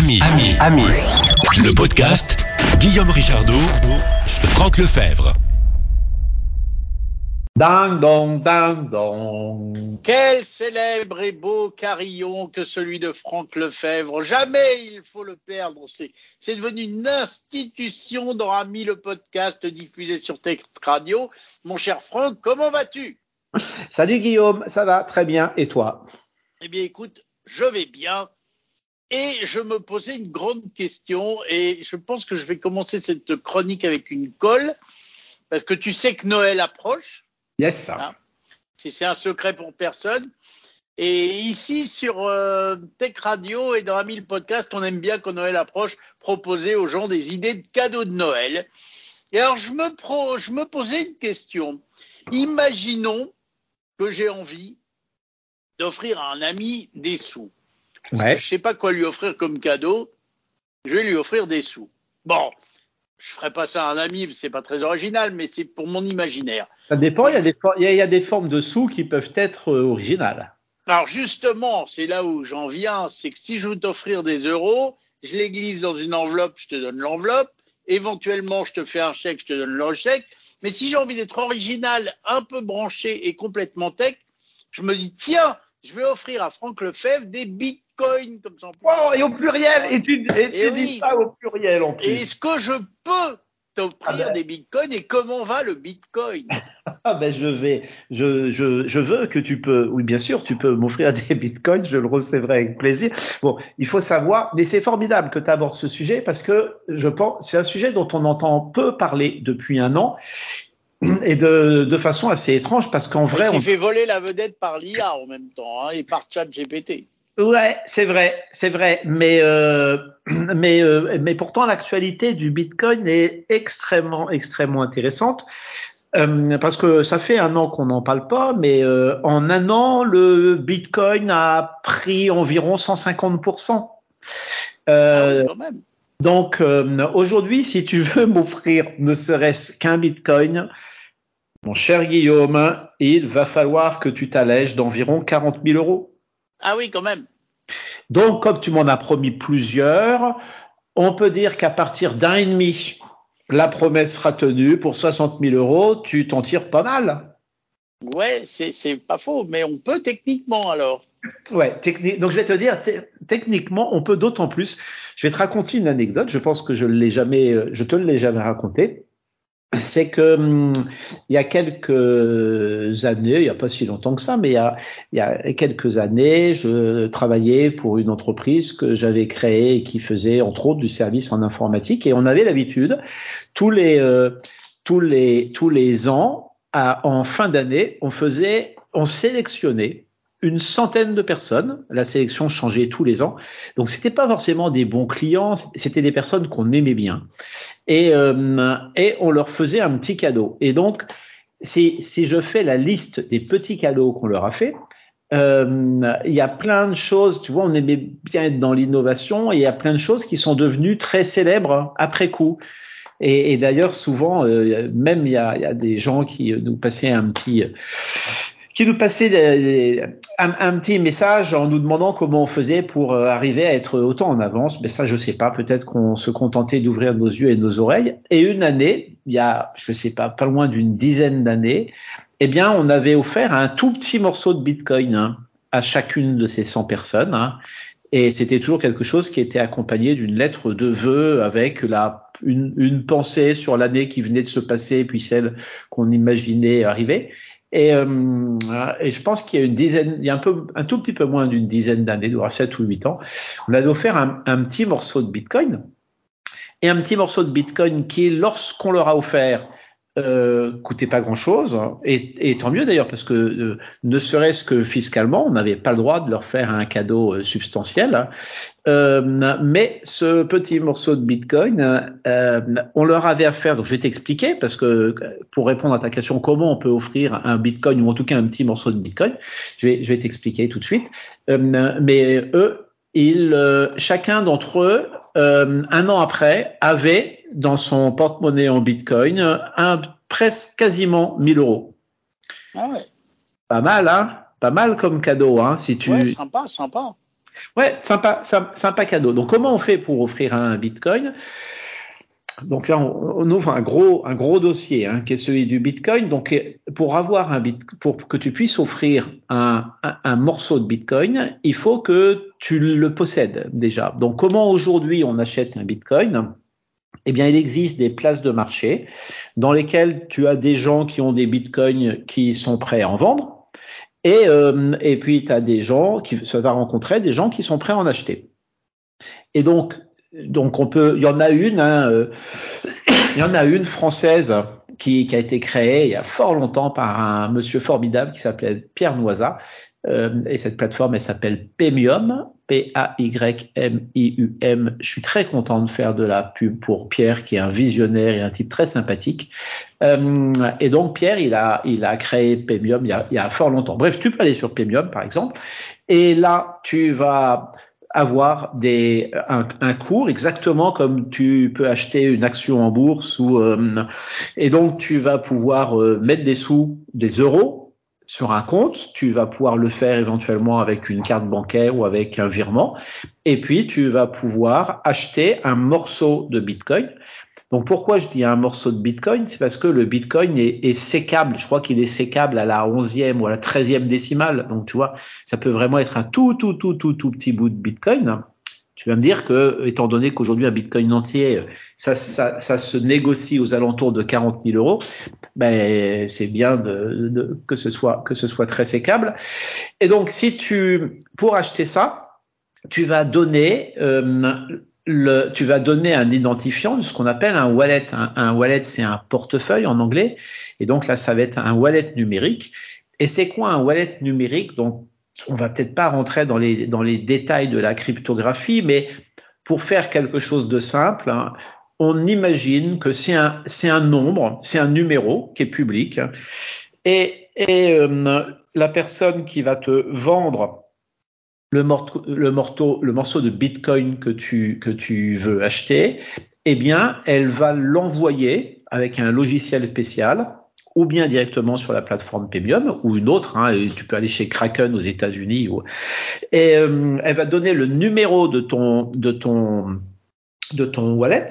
Ami. Le podcast Guillaume Richardot, Franck Lefebvre. Ding dong, ding dong. Quel célèbre et beau carillon que celui de Franck Lefebvre. Jamais il faut le perdre. C'est devenu une institution dans Ami, le podcast diffusé sur Tech Radio. Mon cher Franck, comment vas-tu? Salut Guillaume, ça va très bien. Et toi? Eh bien, écoute, je vais bien. Et je me posais une grande question et je pense que je vais commencer cette chronique avec une colle parce que tu sais que Noël approche. Yes. Hein, si c'est un secret pour personne. Et ici, sur Tech Radio et dans Ami le podcast, on aime bien quand Noël approche, proposer aux gens des idées de cadeaux de Noël. Et alors, je me posais une question. Imaginons que j'ai envie d'offrir à un ami des sous. Parce que je sais pas quoi lui offrir comme cadeau. Je vais lui offrir des sous. Bon, je ferai pas ça à un ami, c'est pas très original, mais c'est pour mon imaginaire. Ça dépend, il y a des formes de sous qui peuvent être originales. Alors justement, c'est là où j'en viens, c'est que si je veux t'offrir des euros, je les glisse dans une enveloppe, je te donne l'enveloppe, éventuellement je te fais un chèque, je te donne le chèque, mais si j'ai envie d'être original, un peu branché et complètement tech, je me dis tiens, je vais offrir à Franck Lefebvre des bitcoins comme ça. Oh, et au pluriel, et tu oui. dis ça au pluriel en plus. Et est-ce que je peux t'offrir des bitcoins et comment va le bitcoin? Ah ben je veux que tu peux, oui bien sûr, tu peux m'offrir des bitcoins, je le recevrai avec plaisir. Bon, il faut savoir, mais c'est formidable que tu abordes ce sujet parce que je pense c'est un sujet dont on entend peu parler depuis un an et de façon assez étrange parce qu'en vrai, on fait voler la vedette par l'IA en même temps et par ChatGPT. Ouais, c'est vrai, mais pourtant l'actualité du Bitcoin est extrêmement intéressante. Parce que ça fait un an qu'on n'en parle pas, mais en un an, le Bitcoin a pris environ 150%. Ah oui, quand même. Donc aujourd'hui, si tu veux m'offrir ne serait-ce qu'un Bitcoin, mon cher Guillaume, il va falloir que tu t'allèges d'environ 40 000 euros. Ah oui, quand même. Donc, comme tu m'en as promis plusieurs, on peut dire qu'à partir d'un et demi, la promesse sera tenue. Pour 60 000 euros, tu t'en tires pas mal. Ouais, c'est pas faux, mais on peut techniquement alors. Ouais, donc je vais te dire, techniquement, on peut d'autant plus. Je vais te raconter une anecdote. Je pense que je te l'ai jamais raconté. C'est que il y a quelques années, il n'y a pas si longtemps que ça, mais il y a quelques années, je travaillais pour une entreprise que j'avais créée et qui faisait entre autres du service en informatique, et on avait l'habitude tous les ans, en fin d'année, on sélectionnait une centaine de personnes. La sélection changeait tous les ans, donc c'était pas forcément des bons clients, c'était des personnes qu'on aimait bien. Et on leur faisait un petit cadeau. Et donc, si je fais la liste des petits cadeaux qu'on leur a fait, il y a plein de choses, tu vois, on aimait bien être dans l'innovation, et il y a plein de choses qui sont devenues très célèbres après coup. Et d'ailleurs, souvent, même il y a des gens qui nous passaient un petit message en nous demandant comment on faisait pour arriver à être autant en avance. Mais ça, je sais pas. Peut-être qu'on se contentait d'ouvrir nos yeux et nos oreilles. Et une année, il y a, je sais pas loin d'une dizaine d'années, eh bien, on avait offert un tout petit morceau de Bitcoin à chacune de ces 100 personnes. Et c'était toujours quelque chose qui était accompagné d'une lettre de vœux avec une pensée sur l'année qui venait de se passer, puis celle qu'on imaginait arriver. Et je pense qu'il y a il y a un tout petit peu moins d'une dizaine d'années, il doit 7 ou 8 ans, on avait offert un petit morceau de Bitcoin. Et un petit morceau de Bitcoin qui, lorsqu'on leur a offert, coûtait pas grand-chose, et tant mieux d'ailleurs, parce que ne serait-ce que fiscalement, on n'avait pas le droit de leur faire un cadeau substantiel. Mais ce petit morceau de Bitcoin, on leur avait offert, donc je vais t'expliquer, parce que pour répondre à ta question, comment on peut offrir un Bitcoin, ou en tout cas un petit morceau de Bitcoin, je vais t'expliquer tout de suite. Mais eux, chacun d'entre eux, un an après, avait dans son porte-monnaie en Bitcoin presque quasiment 1000 euros. Ah ouais. Pas mal, hein? Pas mal comme cadeau, hein? Ouais, sympa. Ouais, sympa cadeau. Donc, comment on fait pour offrir un Bitcoin? Donc là, on ouvre un gros dossier, hein, qui est celui du Bitcoin. Donc, pour que tu puisses offrir un morceau de Bitcoin, il faut que tu le possèdes déjà. Donc, comment aujourd'hui on achète un Bitcoin? Eh bien, il existe des places de marché dans lesquelles tu as des gens qui ont des Bitcoins qui sont prêts à en vendre. Et puis, tu as des gens ça va rencontrer des gens qui sont prêts à en acheter. Et donc il y en a une, hein, il y en a une française qui a été créée il y a fort longtemps par un monsieur formidable qui s'appelait Pierre Noisa. Et cette plateforme, elle s'appelle Paymium, P-A-Y-M-I-U-M. Je suis très content de faire de la pub pour Pierre, qui est un visionnaire et un type très sympathique. Et donc Pierre, il a créé Paymium il y a fort longtemps. Bref, tu peux aller sur Paymium, par exemple, et là, tu vas avoir un cours exactement comme tu peux acheter une action en bourse et donc tu vas pouvoir mettre des euros sur un compte, tu vas pouvoir le faire éventuellement avec une carte bancaire ou avec un virement, et puis tu vas pouvoir acheter un morceau de Bitcoin. Donc pourquoi je dis un morceau de Bitcoin? C'est parce que le Bitcoin est sécable. Je crois qu'il est sécable à la 11e ou à la 13e décimale. Donc tu vois, ça peut vraiment être un tout petit bout de Bitcoin. Tu vas me dire que, étant donné qu'aujourd'hui un Bitcoin entier, ça se négocie aux alentours de 40 000 euros, ben c'est bien que ce soit très sécable. Et donc pour acheter ça, tu vas donner un identifiant de ce qu'on appelle un wallet. Un wallet, c'est un portefeuille en anglais. Et donc là, ça va être un wallet numérique. Et c'est quoi un wallet numérique? Donc, on va peut-être pas rentrer dans les détails de la cryptographie, mais pour faire quelque chose de simple, hein, on imagine que c'est un nombre, c'est un numéro qui est public. Et la personne qui va te vendre le morceau de Bitcoin que tu veux acheter, eh bien, elle va l'envoyer avec un logiciel spécial ou bien directement sur la plateforme Paymium ou une autre, hein, tu peux aller chez Kraken aux États-Unis et elle va donner le numéro de ton wallet,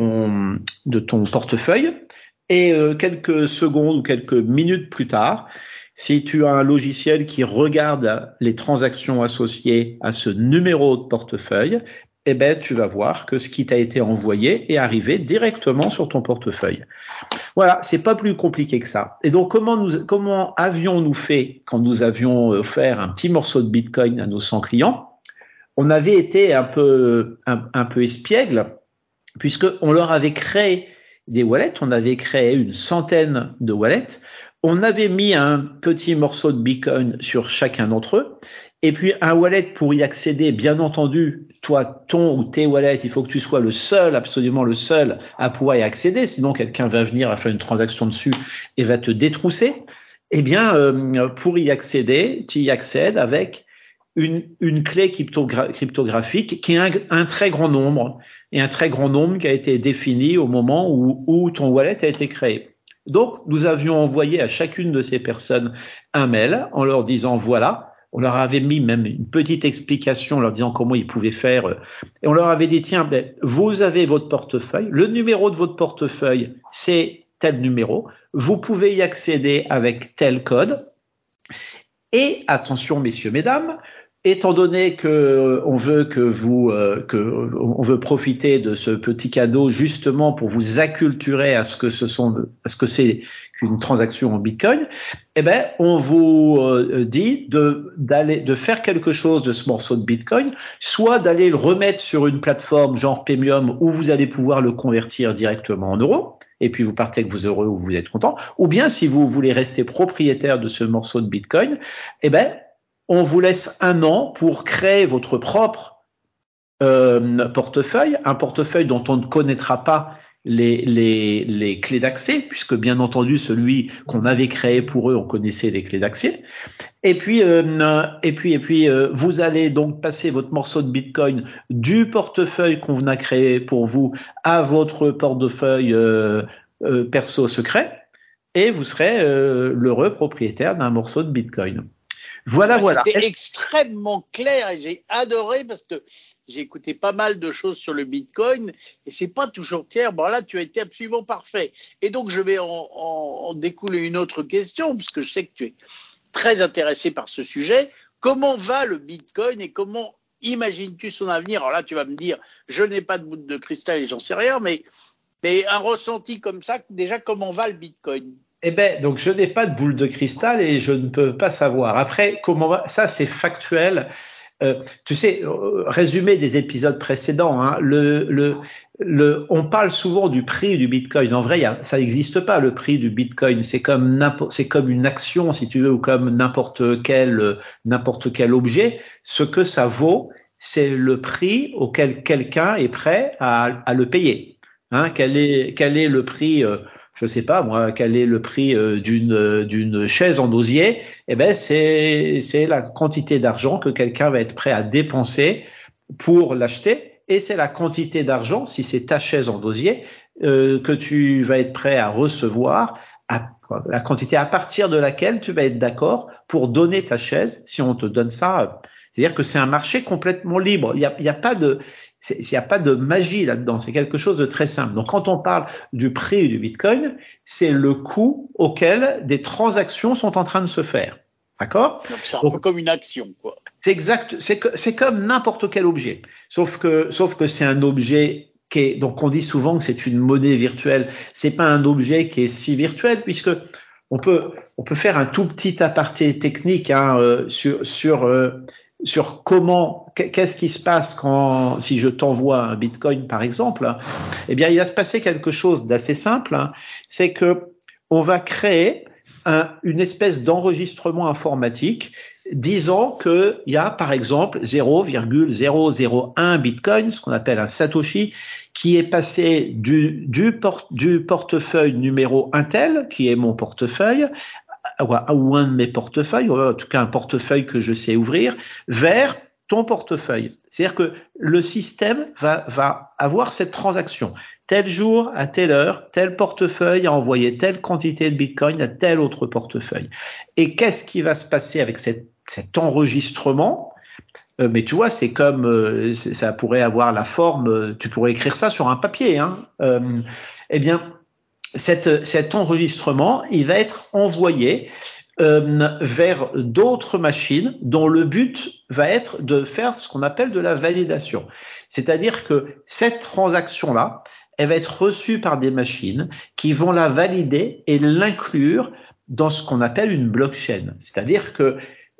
de ton portefeuille et quelques secondes ou quelques minutes plus tard, si tu as un logiciel qui regarde les transactions associées à ce numéro de portefeuille, eh ben, tu vas voir que ce qui t'a été envoyé est arrivé directement sur ton portefeuille. Voilà, c'est pas plus compliqué que ça. Et donc, comment avions-nous fait quand nous avions offert un petit morceau de Bitcoin à nos 100 clients? On avait été un peu espiègle, puisqu'on leur avait créé des wallets, on avait créé une centaine de wallets, on avait mis un petit morceau de Bitcoin sur chacun d'entre eux, et puis un wallet pour y accéder, bien entendu, toi, ton ou tes wallets, il faut que tu sois absolument le seul à pouvoir y accéder, sinon quelqu'un va venir faire une transaction dessus et va te détrousser. Eh bien, pour y accéder, tu y accèdes avec une clé cryptographique qui est un très grand nombre, et un très grand nombre qui a été défini au moment où ton wallet a été créé. Donc, nous avions envoyé à chacune de ces personnes un mail en leur disant voilà, on leur avait mis même une petite explication en leur disant comment ils pouvaient faire, et on leur avait dit tiens, ben, vous avez votre portefeuille, le numéro de votre portefeuille, c'est tel numéro, vous pouvez y accéder avec tel code, et attention messieurs, mesdames, étant donné que on veut on veut profiter de ce petit cadeau justement pour vous acculturer à ce que c'est qu'une transaction en Bitcoin, eh ben on vous dit de faire quelque chose de ce morceau de Bitcoin, soit d'aller le remettre sur une plateforme genre Paymium où vous allez pouvoir le convertir directement en euros. Et puis vous partez avec vos euros où vous êtes content. Ou bien si vous voulez rester propriétaire de ce morceau de Bitcoin, eh ben on vous laisse 1 an pour créer votre propre portefeuille, un portefeuille dont on ne connaîtra pas les clés d'accès, puisque bien entendu celui qu'on avait créé pour eux, on connaissait les clés d'accès. Et puis vous allez donc passer votre morceau de Bitcoin du portefeuille qu'on a créé pour vous à votre portefeuille perso secret, et vous serez l'heureux propriétaire d'un morceau de Bitcoin. Voilà. C'était extrêmement clair et j'ai adoré parce que j'ai écouté pas mal de choses sur le Bitcoin et c'est pas toujours clair. Bon là, tu as été absolument parfait. Et donc je vais en découler une autre question parce que je sais que tu es très intéressé par ce sujet. Comment va le Bitcoin et comment imagines-tu son avenir? Alors là, tu vas me dire, je n'ai pas de boule de cristal et j'en sais rien, mais un ressenti comme ça, déjà, comment va le Bitcoin? Eh ben, donc je n'ai pas de boule de cristal et je ne peux pas savoir. Après, ça c'est factuel. Tu sais, résumé des épisodes précédents, hein, on parle souvent du prix du Bitcoin. En vrai, ça n'existe pas le prix du Bitcoin. C'est comme une action, si tu veux, ou comme n'importe quel objet. Ce que ça vaut, c'est le prix auquel quelqu'un est prêt à le payer. Hein, quel est le prix je sais pas moi, quel est le prix d'une chaise en osier? Eh ben c'est la quantité d'argent que quelqu'un va être prêt à dépenser pour l'acheter, et c'est la quantité d'argent, si c'est ta chaise en osier, que tu vas être prêt à recevoir, la quantité à partir de laquelle tu vas être d'accord pour donner ta chaise, si on te donne ça. C'est-à-dire que c'est un marché complètement libre. Il y a pas de magie là-dedans. C'est quelque chose de très simple. Donc, quand on parle du prix du Bitcoin, c'est le coût auquel des transactions sont en train de se faire. D'accord? Donc c'est un peu comme une action, quoi. C'est exact. C'est comme n'importe quel objet. Sauf que c'est un objet donc on dit souvent que c'est une monnaie virtuelle. C'est pas un objet qui est si virtuel puisque on peut faire un tout petit aparté technique sur qu'est-ce qui se passe si je t'envoie un Bitcoin par exemple. Eh bien, il va se passer quelque chose d'assez simple. Hein. C'est que on va créer une espèce d'enregistrement informatique disant qu'il y a par exemple 0,001 Bitcoin, ce qu'on appelle un Satoshi, qui est passé du portefeuille numéro un tel, qui est mon portefeuille, ou un de mes portefeuilles, ou en tout cas un portefeuille que je sais ouvrir, vers ton portefeuille. C'est-à-dire que le système va avoir cette transaction. Tel jour, à telle heure, tel portefeuille a envoyé telle quantité de Bitcoin à tel autre portefeuille. Et qu'est-ce qui va se passer avec cet enregistrement? Mais tu vois, c'est comme ça pourrait avoir la forme. Tu pourrais écrire ça sur un papier. Hein. Eh bien, cet enregistrement, il va être envoyé vers d'autres machines dont le but va être de faire ce qu'on appelle de la validation. C'est-à-dire que cette transaction-là, elle va être reçue par des machines qui vont la valider et l'inclure dans ce qu'on appelle une blockchain. C'est-à-dire que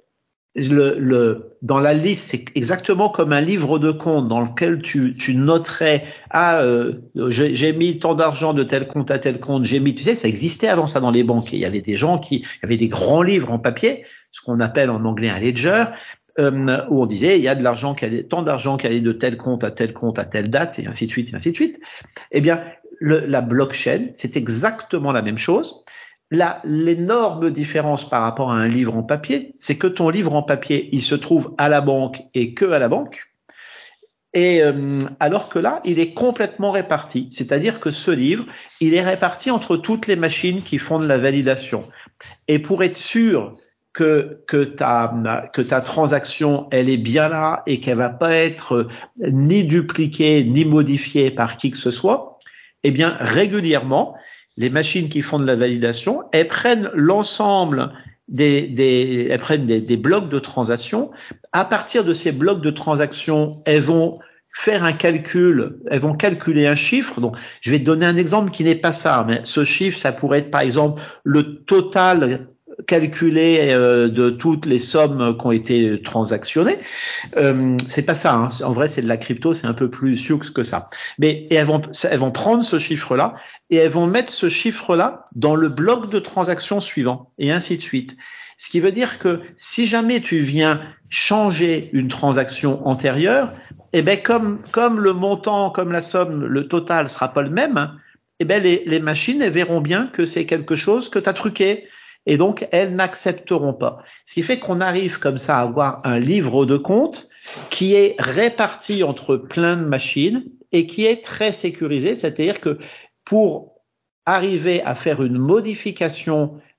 dans la liste, c'est exactement comme un livre de compte dans lequel tu noterais j'ai mis tant d'argent de tel compte à tel compte, tu sais, ça existait avant ça dans les banques. Il y avait des gens il y avait des grands livres en papier, ce qu'on appelle en anglais un ledger, où on disait il y a de l'argent tant d'argent qui allait de tel compte à tel compte à telle date, et ainsi de suite, et ainsi de suite. Eh bien, la blockchain, c'est exactement la même chose. L'énorme différence par rapport à un livre en papier, c'est que ton livre en papier, il se trouve à la banque et que à la banque. Et alors que là, il est complètement réparti. C'est-à-dire que ce livre, il est réparti entre toutes les machines qui font de la validation. Et pour être sûr que ta transaction, elle est bien là et qu'elle va pas être ni dupliquée ni modifiée par qui que ce soit, eh bien, régulièrement, les machines qui font de la validation, elles prennent l'ensemble elles prennent des blocs de transaction. À partir de ces blocs de transaction, elles vont faire un calcul, elles vont calculer un chiffre. Donc, je vais te donner un exemple qui n'est pas ça, mais ce chiffre, ça pourrait être par exemple le total calculé de toutes les sommes qui ont été transactionnées. C'est pas ça. Hein. En vrai, c'est de la crypto, c'est un peu plus sioux que ça. Mais elles vont prendre ce chiffre-là et elles vont mettre ce chiffre-là dans le bloc de transaction suivant, et ainsi de suite. Ce qui veut dire que si jamais tu viens changer une transaction antérieure, eh ben comme le montant, comme la somme, le total sera pas le même, eh ben les machines elles verront bien que c'est quelque chose que tu as truqué. Et donc, elles n'accepteront pas. Ce qui fait qu'on arrive comme ça à avoir un livre de compte qui est réparti entre plein de machines et qui est très sécurisé. C'est-à-dire que pour arriver à faire une modification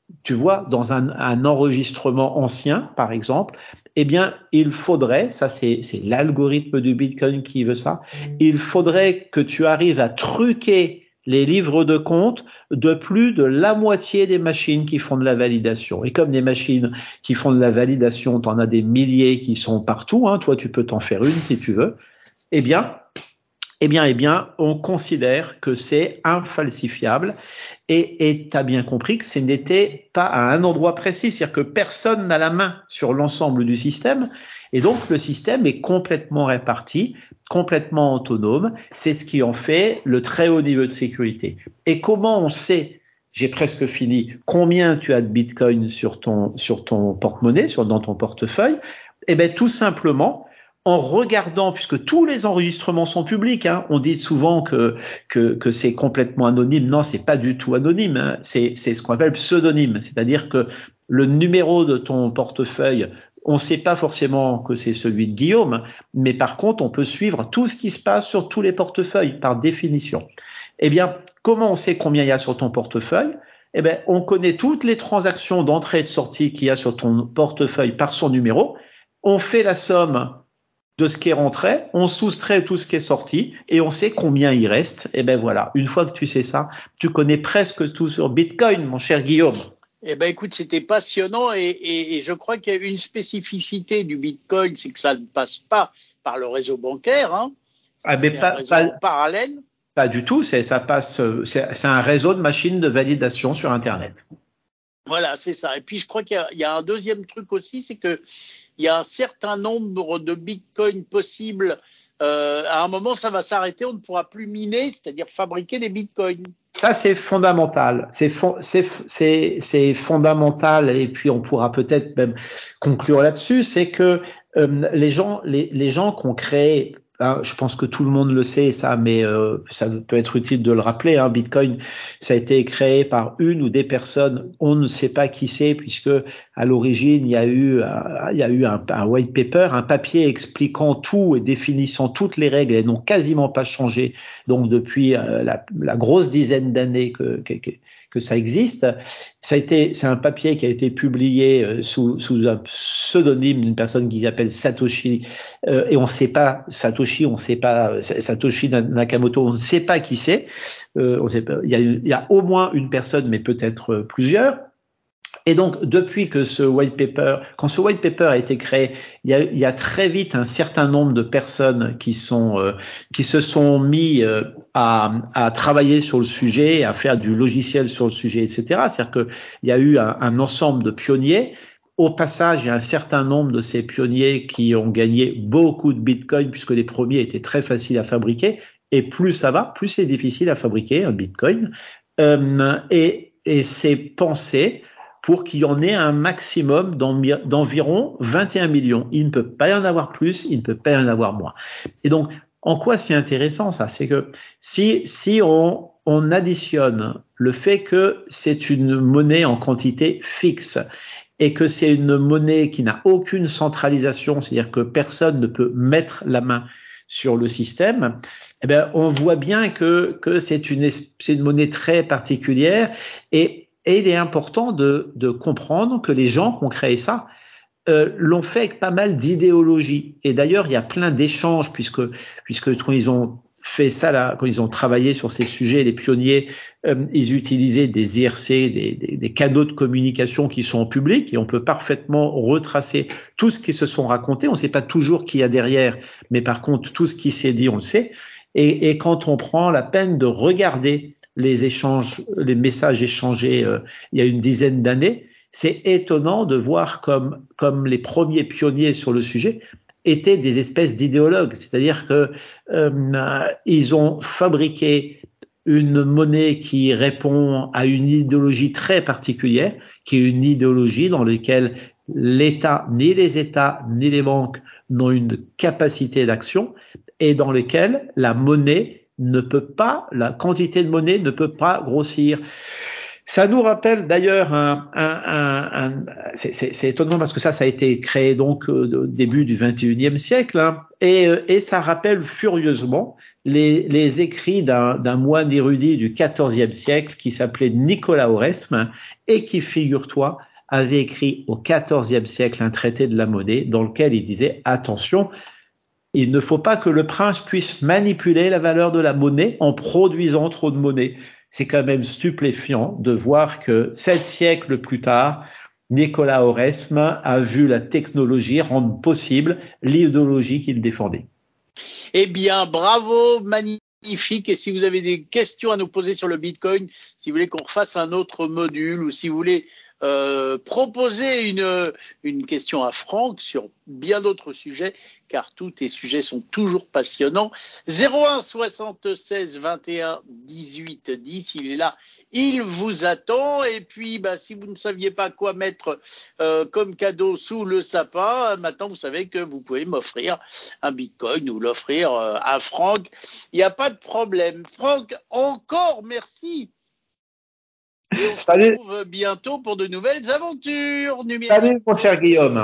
tu vois, dans un enregistrement ancien, par exemple, eh bien, il faudrait, ça c'est l'algorithme du Bitcoin qui veut ça, il faudrait que tu arrives à truquer les livres de compte de plus de la moitié des machines qui font de la validation. Et comme des machines qui font de la validation, tu en as des milliers qui sont partout, hein, toi tu peux t'en faire une si tu veux, eh bien, on considère que c'est infalsifiable et tu as bien compris que ce n'était pas à un endroit précis, c'est-à-dire que personne n'a la main sur l'ensemble du système et donc le système est complètement réparti, complètement autonome, c'est ce qui en fait le très haut niveau de sécurité. Et comment on sait, j'ai presque fini, combien tu as de Bitcoin sur ton porte-monnaie, dans ton portefeuille? Eh bien tout simplement en regardant, puisque tous les enregistrements sont publics, hein, on dit souvent que c'est complètement anonyme. Non, c'est pas du tout anonyme. Hein, c'est ce qu'on appelle pseudonyme, c'est-à-dire que le numéro de ton portefeuille, on ne sait pas forcément que c'est celui de Guillaume, mais par contre, on peut suivre tout ce qui se passe sur tous les portefeuilles par définition. Eh bien, comment on sait combien il y a sur ton portefeuille? Eh bien, on connaît toutes les transactions d'entrée et de sortie qu'il y a sur ton portefeuille par son numéro. On fait la somme de ce qui est rentré, on soustrait tout ce qui est sorti et on sait combien il reste. Et ben voilà, une fois que tu sais ça, tu connais presque tout sur Bitcoin, mon cher Guillaume. Eh ben écoute, c'était passionnant et je crois qu'il y a une spécificité du Bitcoin, c'est que ça ne passe pas par le réseau bancaire, hein. Ah, mais C'est un réseau en parallèle. Pas du tout, ça passe, c'est un réseau de machines de validation sur Internet. Voilà, c'est ça. Et puis je crois qu'il y a un deuxième truc aussi, c'est que il y a un certain nombre de bitcoins possibles. À un moment, ça va s'arrêter, on ne pourra plus miner, c'est-à-dire fabriquer des bitcoins. Ça, c'est fondamental. C'est fondamental. Et puis, on pourra peut-être même conclure là-dessus. C'est que les gens qui ont créé, hein, je pense que tout le monde le sait, ça, mais ça peut être utile de le rappeler. Hein, Bitcoin, ça a été créé par une ou des personnes. On ne sait pas qui c'est, puisque à l'origine, il y a eu un white paper, un papier expliquant tout et définissant toutes les règles. Elles n'ont quasiment pas changé. Donc, depuis la grosse dizaine d'années que ça existe. C'est un papier qui a été publié sous un pseudonyme d'une personne qui s'appelle Satoshi, et on ne sait pas Satoshi, on ne sait pas Satoshi Nakamoto, on ne sait pas qui c'est. On sait pas, il y a au moins une personne, mais peut-être plusieurs. Et donc, depuis que quand ce white paper a été créé, il y a très vite un certain nombre de personnes qui se sont mis à travailler sur le sujet, à faire du logiciel sur le sujet, etc. C'est-à-dire que il y a eu un ensemble de pionniers. Au passage, il y a un certain nombre de ces pionniers qui ont gagné beaucoup de Bitcoin puisque les premiers étaient très faciles à fabriquer. Et plus ça va, plus c'est difficile à fabriquer un Bitcoin. Et c'est pensé pour qu'il y en ait un maximum d'environ 21 millions. Il ne peut pas y en avoir plus, il ne peut pas y en avoir moins. Et donc, en quoi c'est intéressant ça? C'est que si on additionne le fait que c'est une monnaie en quantité fixe et que c'est une monnaie qui n'a aucune centralisation, c'est-à-dire que personne ne peut mettre la main sur le système, eh bien, on voit bien que c'est une monnaie très particulière et il est important de comprendre que les gens qui ont créé ça l'ont fait avec pas mal d'idéologie. Et d'ailleurs, il y a plein d'échanges puisque quand ils ont fait ça là, quand ils ont travaillé sur ces sujets, les pionniers, ils utilisaient des IRC, des canaux de communication qui sont en public et on peut parfaitement retracer tout ce qui se sont racontés. On ne sait pas toujours qui y a derrière, mais par contre, tout ce qui s'est dit, on le sait. Et quand on prend la peine de regarder les échanges, les messages échangés il y a une dizaine d'années, c'est étonnant de voir comme les premiers pionniers sur le sujet étaient des espèces d'idéologues, c'est-à-dire que ils ont fabriqué une monnaie qui répond à une idéologie très particulière, qui est une idéologie dans laquelle l'État, ni les États, ni les banques n'ont une capacité d'action et dans laquelle la quantité de monnaie ne peut pas grossir. Ça nous rappelle d'ailleurs c'est étonnant parce que ça a été créé donc au début du 21e siècle, hein, et ça rappelle furieusement les écrits d'un moine érudit du 14e siècle qui s'appelait Nicolas Oresme et qui, figure-toi, avait écrit au 14e siècle un traité de la monnaie dans lequel il disait attention, il ne faut pas que le prince puisse manipuler la valeur de la monnaie en produisant trop de monnaie. C'est quand même stupéfiant de voir que 7 siècles plus tard, Nicolas Oresme a vu la technologie rendre possible l'idéologie qu'il défendait. Eh bien, bravo, magnifique. Et si vous avez des questions à nous poser sur le Bitcoin, si vous voulez qu'on refasse un autre module ou si vous voulez proposer une question à Franck sur bien d'autres sujets, car tous tes sujets sont toujours passionnants. 01 76 21 18 10, il est là, il vous attend. Et puis, si vous ne saviez pas quoi mettre comme cadeau sous le sapin, maintenant vous savez que vous pouvez m'offrir un Bitcoin ou l'offrir à Franck. Il n'y a pas de problème. Franck, encore merci. Et on se retrouve bientôt pour de nouvelles aventures numériques. Salut mon cher Guillaume.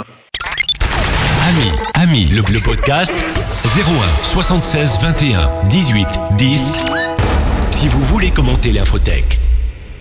Ami, le podcast 01 76 21 18 10. Si vous voulez commenter l'infotech.